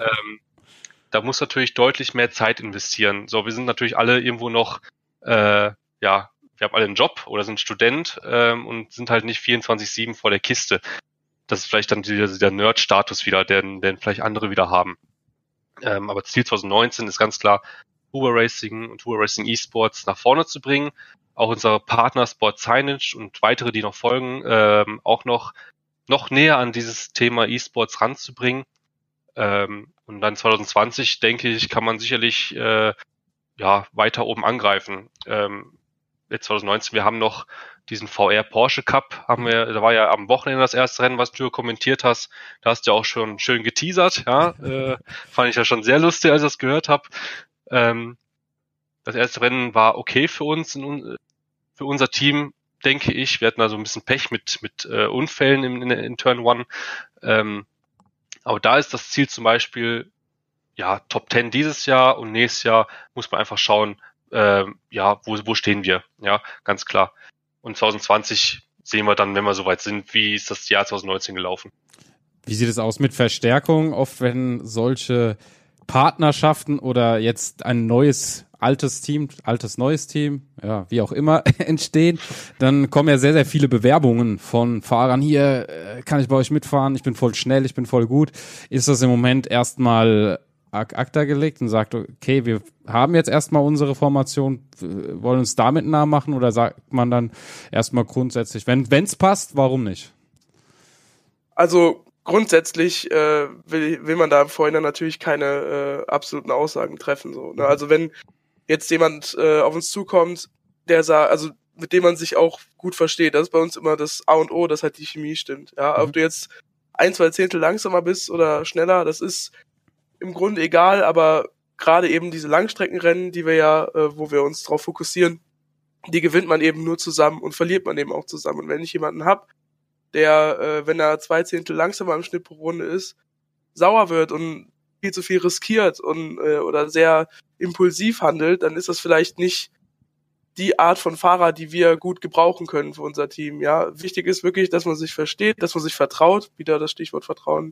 Da muss natürlich deutlich mehr Zeit investieren. So, wir sind natürlich alle irgendwo noch, wir haben alle einen Job oder sind Student und sind halt nicht 24/7 vor der Kiste. Das ist vielleicht dann der Nerd-Status wieder, den vielleicht andere wieder haben. Aber Ziel 2019 ist ganz klar, Huber Racing und Huber Racing Esports nach vorne zu bringen. Auch unsere Partner Sport Signage und weitere, die noch folgen, auch noch näher an dieses Thema Esports ranzubringen. Und dann 2020, denke ich, kann man sicherlich weiter oben angreifen. Jetzt 2019, wir haben noch diesen VR Porsche Cup, da war ja am Wochenende das erste Rennen, was du kommentiert hast. Da hast du ja auch schon schön geteasert, ja. Fand ich ja schon sehr lustig, als ich das gehört habe. Das erste Rennen war okay für uns, für unser Team, denke ich. Wir hatten also ein bisschen Pech mit Unfällen in Turn 1. Aber da ist das Ziel zum Beispiel, Top 10 dieses Jahr und nächstes Jahr muss man einfach schauen, wo stehen wir? Ja, ganz klar. Und 2020 sehen wir dann, wenn wir soweit sind, wie ist das Jahr 2019 gelaufen. Wie sieht es aus mit Verstärkung? Oft, wenn solche Partnerschaften oder jetzt ein neues, neues Team, ja, wie auch immer, entstehen, dann kommen ja sehr, sehr viele Bewerbungen von Fahrern. Hier kann ich bei euch mitfahren, ich bin voll schnell, ich bin voll gut. Ist das im Moment erstmal acta gelegt und sagt, okay, wir haben jetzt erstmal unsere Formation, wollen uns damit nah machen, oder sagt man dann erstmal grundsätzlich, wenn es passt, warum nicht? Also grundsätzlich will man da im Vorhinein natürlich keine absoluten Aussagen treffen. So, ne? Also wenn jetzt jemand auf uns zukommt, der sagt, also mit dem man sich auch gut versteht, das ist bei uns immer das A und O, dass halt die Chemie stimmt. Ja, ob du jetzt 1-2 Zehntel langsamer bist oder schneller, das ist im Grunde egal, aber gerade eben diese Langstreckenrennen, die wir wo wir uns drauf fokussieren, die gewinnt man eben nur zusammen und verliert man eben auch zusammen. Und wenn ich jemanden hab, der, wenn er 2 Zehntel langsamer im Schnitt pro Runde ist, sauer wird und viel zu viel riskiert und oder sehr impulsiv handelt, dann ist das vielleicht nicht die Art von Fahrer, die wir gut gebrauchen können für unser Team. Ja, wichtig ist wirklich, dass man sich versteht, dass man sich vertraut, wieder das Stichwort Vertrauen,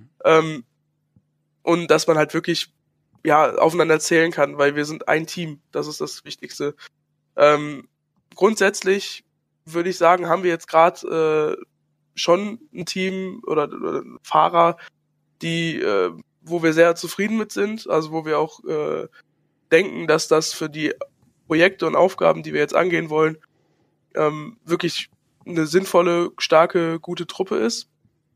und dass man halt wirklich aufeinander zählen kann, weil wir sind ein Team. Das ist das Wichtigste. Grundsätzlich würde ich sagen, haben wir jetzt gerade schon ein Team oder Fahrer, die wo wir sehr zufrieden mit sind, also wo wir auch denken, dass das für die Projekte und Aufgaben, die wir jetzt angehen wollen, wirklich eine sinnvolle, starke, gute Truppe ist.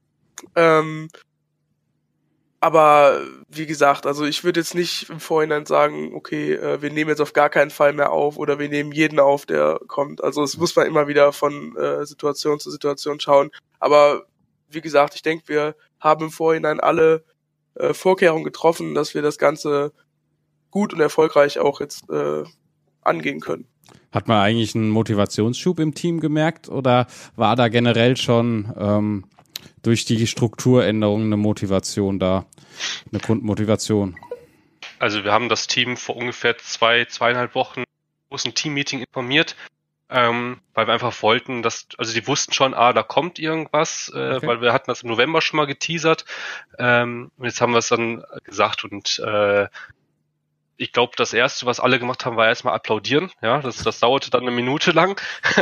Aber wie gesagt, also ich würde jetzt nicht im Vorhinein sagen, okay, wir nehmen jetzt auf gar keinen Fall mehr auf oder wir nehmen jeden auf, der kommt. Also es muss man immer wieder von Situation zu Situation schauen. Aber wie gesagt, ich denke, wir haben im Vorhinein alle Vorkehrungen getroffen, dass wir das Ganze gut und erfolgreich auch jetzt angehen können. Hat man eigentlich einen Motivationsschub im Team gemerkt oder war da generell schon durch die Strukturänderung eine Motivation da, eine Grundmotivation? Also wir haben das Team vor ungefähr 2,5 Wochen großen Teammeeting informiert, weil wir einfach wollten, also die wussten schon, da kommt irgendwas, okay. Weil wir hatten das im November schon mal geteasert, und jetzt haben wir es dann gesagt und ich glaube, das Erste, was alle gemacht haben, war erstmal applaudieren, ja, das dauerte dann 1 Minute lang.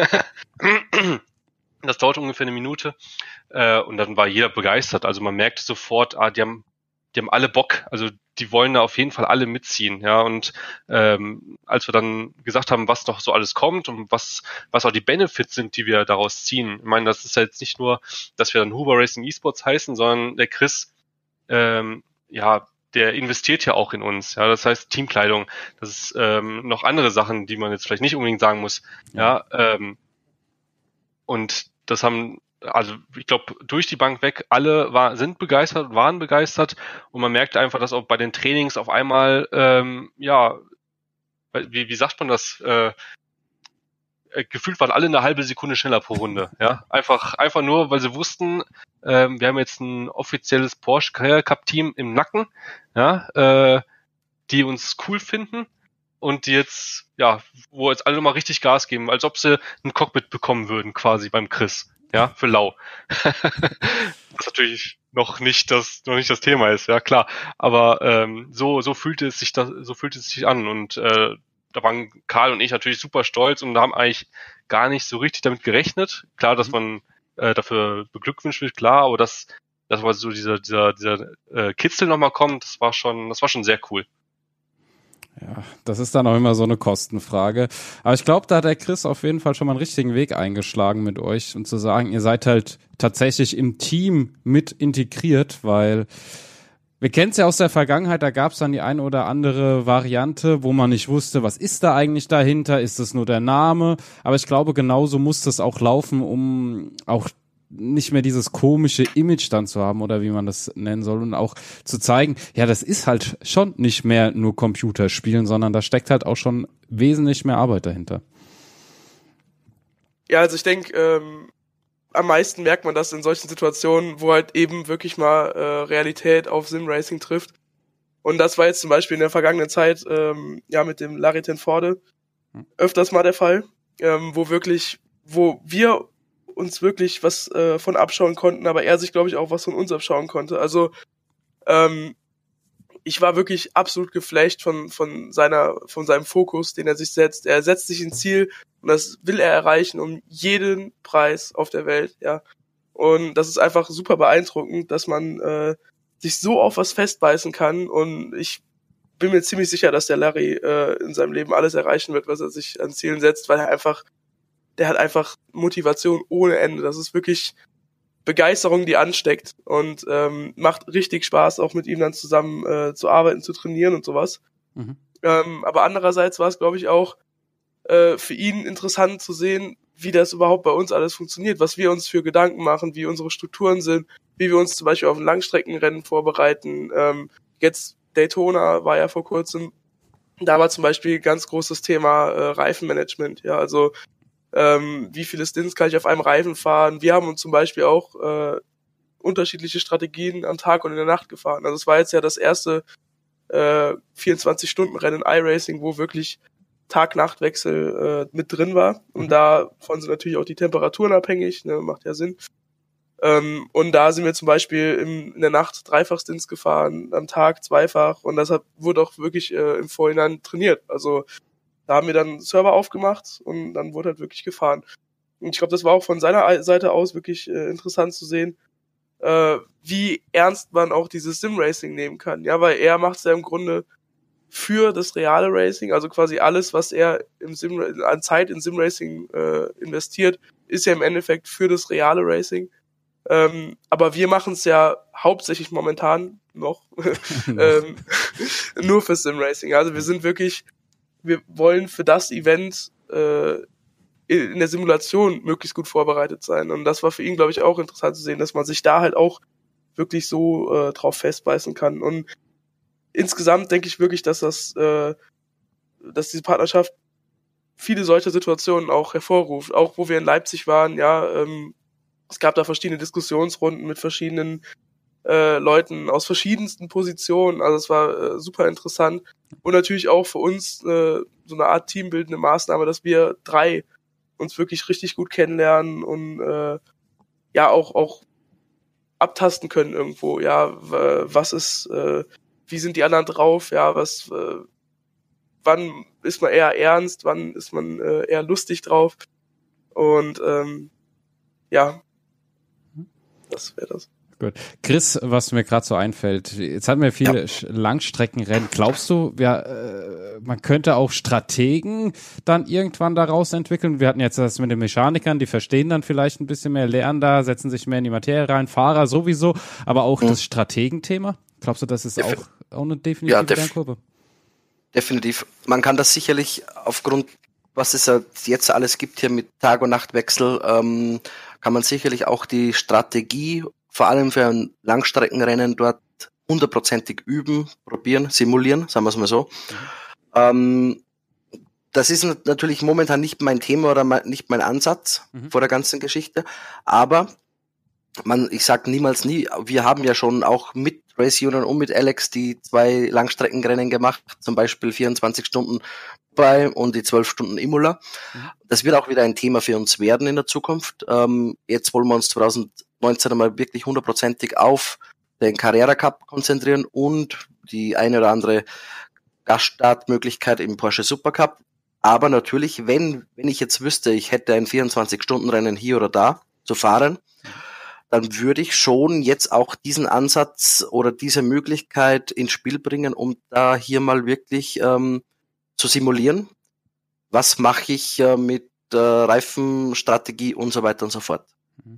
Das dauerte ungefähr 1 Minute und dann war jeder begeistert. Also man merkte sofort, die haben alle Bock. Also die wollen da auf jeden Fall alle mitziehen. Ja, und als wir dann gesagt haben, was noch so alles kommt und was auch die Benefits sind, die wir daraus ziehen. Ich meine, das ist ja jetzt nicht nur, dass wir dann Huber Racing Esports heißen, sondern der Chris, der investiert ja auch in uns. Ja, das heißt Teamkleidung. Das ist noch andere Sachen, die man jetzt vielleicht nicht unbedingt sagen muss. Ja, und das haben, also ich glaube, durch die Bank weg, alle waren begeistert und man merkt einfach, dass auch bei den Trainings auf einmal, wie sagt man das, gefühlt waren alle 1/2 Sekunde schneller pro Runde. Ja, einfach nur, weil sie wussten, wir haben jetzt ein offizielles Porsche Carrera Cup Team im Nacken, ja, die uns cool finden. Und die jetzt, wo jetzt alle mal richtig Gas geben, als ob sie ein Cockpit bekommen würden, quasi beim Chris. ja, für lau. Was natürlich noch nicht das Thema ist, ja klar. Aber so fühlte es sich an und da waren Karl und ich natürlich super stolz und haben eigentlich gar nicht so richtig damit gerechnet. Klar, dass man dafür beglückwünscht wird, klar, aber das war so dieser Kitzel nochmal kommt, das war schon sehr cool. Ja, das ist dann auch immer so eine Kostenfrage. Aber ich glaube, da hat der Chris auf jeden Fall schon mal einen richtigen Weg eingeschlagen mit euch und zu sagen, ihr seid halt tatsächlich im Team mit integriert, weil wir kennen es ja aus der Vergangenheit, da gab es dann die eine oder andere Variante, wo man nicht wusste, was ist da eigentlich dahinter, ist es nur der Name? Aber ich glaube, genauso muss das auch laufen, um auch nicht mehr dieses komische Image dann zu haben oder wie man das nennen soll und auch zu zeigen, ja, das ist halt schon nicht mehr nur Computerspielen, sondern da steckt halt auch schon wesentlich mehr Arbeit dahinter. Ja, also ich denke, am meisten merkt man das in solchen Situationen, wo halt eben wirklich mal Realität auf Simracing trifft. Und das war jetzt zum Beispiel in der vergangenen Zeit mit dem Larry Tenforde öfters mal der Fall, wo wir uns wirklich was von abschauen konnten, aber er sich, glaube ich, auch was von uns abschauen konnte. Also ich war wirklich absolut geflasht von seinem Fokus, den er sich setzt. Er setzt sich ein Ziel und das will er erreichen um jeden Preis auf der Welt, ja. Und das ist einfach super beeindruckend, dass man sich so auf was festbeißen kann und ich bin mir ziemlich sicher, dass der Larry in seinem Leben alles erreichen wird, was er sich an Zielen setzt, weil der hat einfach Motivation ohne Ende. Das ist wirklich Begeisterung, die ansteckt und macht richtig Spaß, auch mit ihm dann zusammen zu arbeiten, zu trainieren und sowas. Mhm. Aber andererseits war es, glaube ich, auch für ihn interessant zu sehen, wie das überhaupt bei uns alles funktioniert, was wir uns für Gedanken machen, wie unsere Strukturen sind, wie wir uns zum Beispiel auf ein Langstreckenrennen vorbereiten. Jetzt Daytona war ja vor kurzem, da war zum Beispiel ganz großes Thema Reifenmanagement, ja, also wie viele Stints kann ich auf einem Reifen fahren. Wir haben uns zum Beispiel auch unterschiedliche Strategien am Tag und in der Nacht gefahren. Also es war jetzt ja das erste 24-Stunden-Rennen iRacing, wo wirklich Tag-Nacht-Wechsel mit drin war. Und davon sind natürlich auch die Temperaturen abhängig, ne, macht ja Sinn. Und da sind wir zum Beispiel in der Nacht Dreifach-Stints gefahren, am Tag zweifach und das wurde auch wirklich im Vorhinein trainiert. Also da haben wir dann einen Server aufgemacht und dann wurde halt wirklich gefahren. Und ich glaube, das war auch von seiner Seite aus wirklich interessant zu sehen, wie ernst man auch dieses Sim-Racing nehmen kann. Ja, weil er macht es ja im Grunde für das reale Racing, also quasi alles, was er an Zeit in Sim-Racing investiert, ist ja im Endeffekt für das reale Racing. Aber wir machen es ja hauptsächlich momentan noch nur für Sim-Racing. Also wir wollen für das Event in der Simulation möglichst gut vorbereitet sein. Und das war für ihn, glaube ich, auch interessant zu sehen, dass man sich da halt auch wirklich so drauf festbeißen kann. Und insgesamt denke ich wirklich, dass dass diese Partnerschaft viele solche Situationen auch hervorruft. Auch wo wir in Leipzig waren, ja, es gab da verschiedene Diskussionsrunden mit verschiedenen Leuten aus verschiedensten Positionen. Also es war super interessant. Und natürlich auch für uns so eine Art teambildende Maßnahme, dass wir 3 uns wirklich richtig gut kennenlernen und auch abtasten können irgendwo. Ja, wie sind die anderen drauf? Ja, wann ist man eher ernst? Wann ist man eher lustig drauf? Und das wäre das. Gut. Chris, was mir gerade so einfällt, jetzt hatten wir viele Langstreckenrennen. Glaubst du, man könnte auch Strategen dann irgendwann daraus entwickeln? Wir hatten jetzt das mit den Mechanikern, die verstehen dann vielleicht ein bisschen mehr, lernen da, setzen sich mehr in die Materie rein, Fahrer sowieso, aber auch das Strategenthema? Glaubst du, das ist auch eine definitive Lernkurve? Definitiv. Man kann das sicherlich aufgrund, was es jetzt alles gibt hier mit Tag- und Nachtwechsel, kann man sicherlich auch die Strategie vor allem für ein Langstreckenrennen dort 100%ig üben, probieren, simulieren, sagen wir es mal so. Das ist natürlich momentan nicht mein Thema oder nicht mein Ansatz vor der ganzen Geschichte, aber ich sag niemals nie, wir haben ja schon auch mit Race Union und mit Alex die 2 Langstreckenrennen gemacht, zum Beispiel 24 Stunden Dubai und die 12 Stunden Imola. Das wird auch wieder ein Thema für uns werden in der Zukunft. Jetzt wollen wir uns 2019 einmal wirklich 100%ig auf den Carrera Cup konzentrieren und die eine oder andere Gaststartmöglichkeit im Porsche Supercup. Aber natürlich, wenn ich jetzt wüsste, ich hätte ein 24-Stunden-Rennen hier oder da zu fahren, dann würde ich schon jetzt auch diesen Ansatz oder diese Möglichkeit ins Spiel bringen, um da hier mal wirklich zu simulieren. Was mache ich mit Reifenstrategie und so weiter und so fort.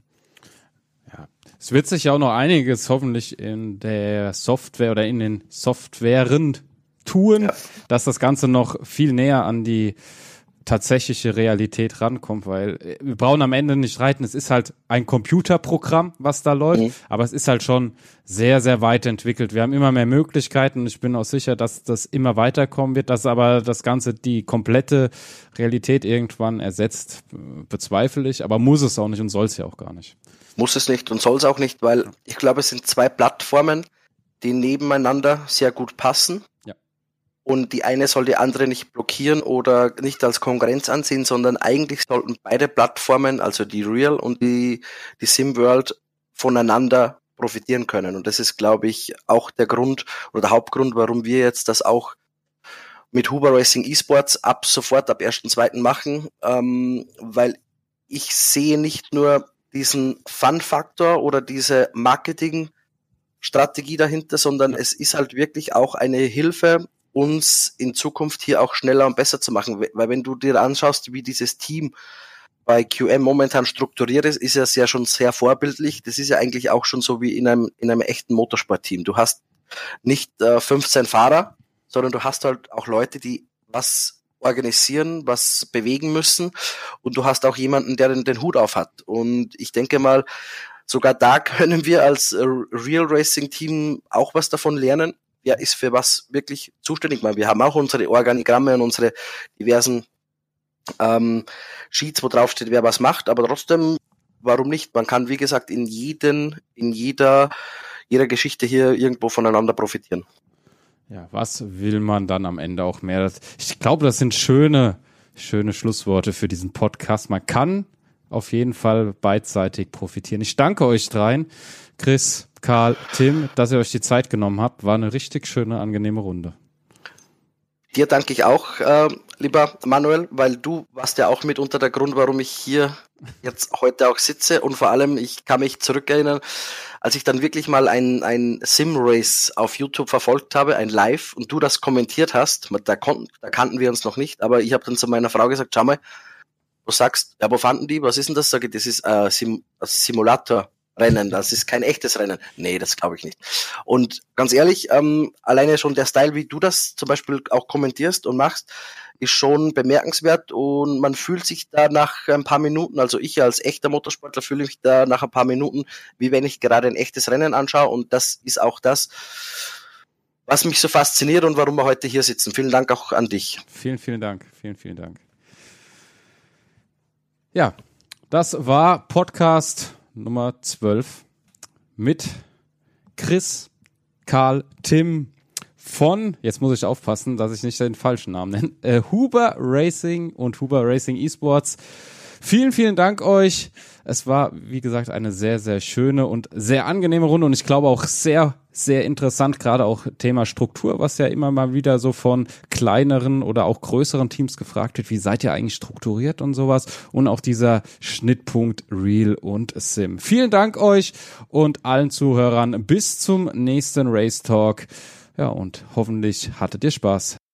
Ja, es wird sich ja auch noch einiges hoffentlich in der Software oder in den Softwaren tun, dass das Ganze noch viel näher an die tatsächliche Realität rankommt, weil wir brauchen am Ende nicht streiten, es ist halt ein Computerprogramm, was da läuft, aber es ist halt schon sehr, sehr weit entwickelt. Wir haben immer mehr Möglichkeiten und ich bin auch sicher, dass das immer weiterkommen wird, dass aber das Ganze die komplette Realität irgendwann ersetzt, bezweifle ich, aber muss es auch nicht und soll es ja auch gar nicht. Muss es nicht und soll es auch nicht, weil ich glaube, es sind zwei Plattformen, die nebeneinander sehr gut passen. Ja. Und die eine soll die andere nicht blockieren oder nicht als Konkurrenz ansehen, sondern eigentlich sollten beide Plattformen, also die Real und die SimWorld, voneinander profitieren können. Und das ist, glaube ich, auch der Grund oder der Hauptgrund, warum wir jetzt das auch mit Huber Racing Esports ab sofort, ab 1.2. machen, weil ich sehe nicht nur diesen Fun-Faktor oder diese Marketing-Strategie dahinter, sondern es ist halt wirklich auch eine Hilfe, uns in Zukunft hier auch schneller und besser zu machen. Weil wenn du dir anschaust, wie dieses Team bei QM momentan strukturiert ist, ist es ja schon sehr vorbildlich. Das ist ja eigentlich auch schon so wie in einem echten Motorsportteam. Du hast nicht 15 Fahrer, sondern du hast halt auch Leute, die was organisieren, was bewegen müssen. Und du hast auch jemanden, der den Hut auf hat. Und ich denke mal, sogar da können wir als Real Racing Team auch was davon lernen. Wer ist für was wirklich zuständig? Wir haben auch unsere Organigramme und unsere diversen Sheets, wo drauf steht, wer was macht, aber trotzdem, warum nicht? Man kann, wie gesagt, in jeder Geschichte hier irgendwo voneinander profitieren. Ja, was will man dann am Ende auch mehr? Ich glaube, das sind schöne Schlussworte für diesen Podcast. Man kann auf jeden Fall beidseitig profitieren. Ich danke euch dreien, Chris, Karl, Tim, dass ihr euch die Zeit genommen habt. War eine richtig schöne, angenehme Runde. Dir danke ich auch, lieber Manuel, weil du warst ja auch mitunter der Grund, warum ich hier jetzt heute auch sitze. Und vor allem, ich kann mich zurückerinnern, als ich dann wirklich mal ein Sim-Race auf YouTube verfolgt habe, ein Live, und du das kommentiert hast, da kannten wir uns noch nicht, aber ich habe dann zu meiner Frau gesagt, schau mal, du sagst, ja, wo fanden die, was ist denn das? Sag ich, das ist Simulator-Rennen, das ist kein echtes Rennen. Nee, das glaube ich nicht. Und ganz ehrlich, alleine schon der Style, wie du das zum Beispiel auch kommentierst und machst, ist schon bemerkenswert und man fühlt sich da nach ein paar Minuten, also ich als echter Motorsportler fühle mich da nach ein paar Minuten, wie wenn ich gerade ein echtes Rennen anschaue, und das ist auch das, was mich so fasziniert und warum wir heute hier sitzen. Vielen Dank auch an dich. Vielen, vielen Dank. Vielen, vielen Dank. Ja, das war Podcast Nummer 12 mit Chris, Karl, Tim von, jetzt muss ich aufpassen, dass ich nicht den falschen Namen nenne, Huber Racing und Huber Racing Esports. Vielen, vielen Dank euch. Es war, wie gesagt, eine sehr, sehr schöne und sehr angenehme Runde und ich glaube auch sehr, sehr interessant, gerade auch Thema Struktur, was ja immer mal wieder so von kleineren oder auch größeren Teams gefragt wird, wie seid ihr eigentlich strukturiert und sowas, und auch dieser Schnittpunkt Real und Sim. Vielen Dank euch und allen Zuhörern. Bis zum nächsten Race Talk. Ja, und hoffentlich hattet ihr Spaß.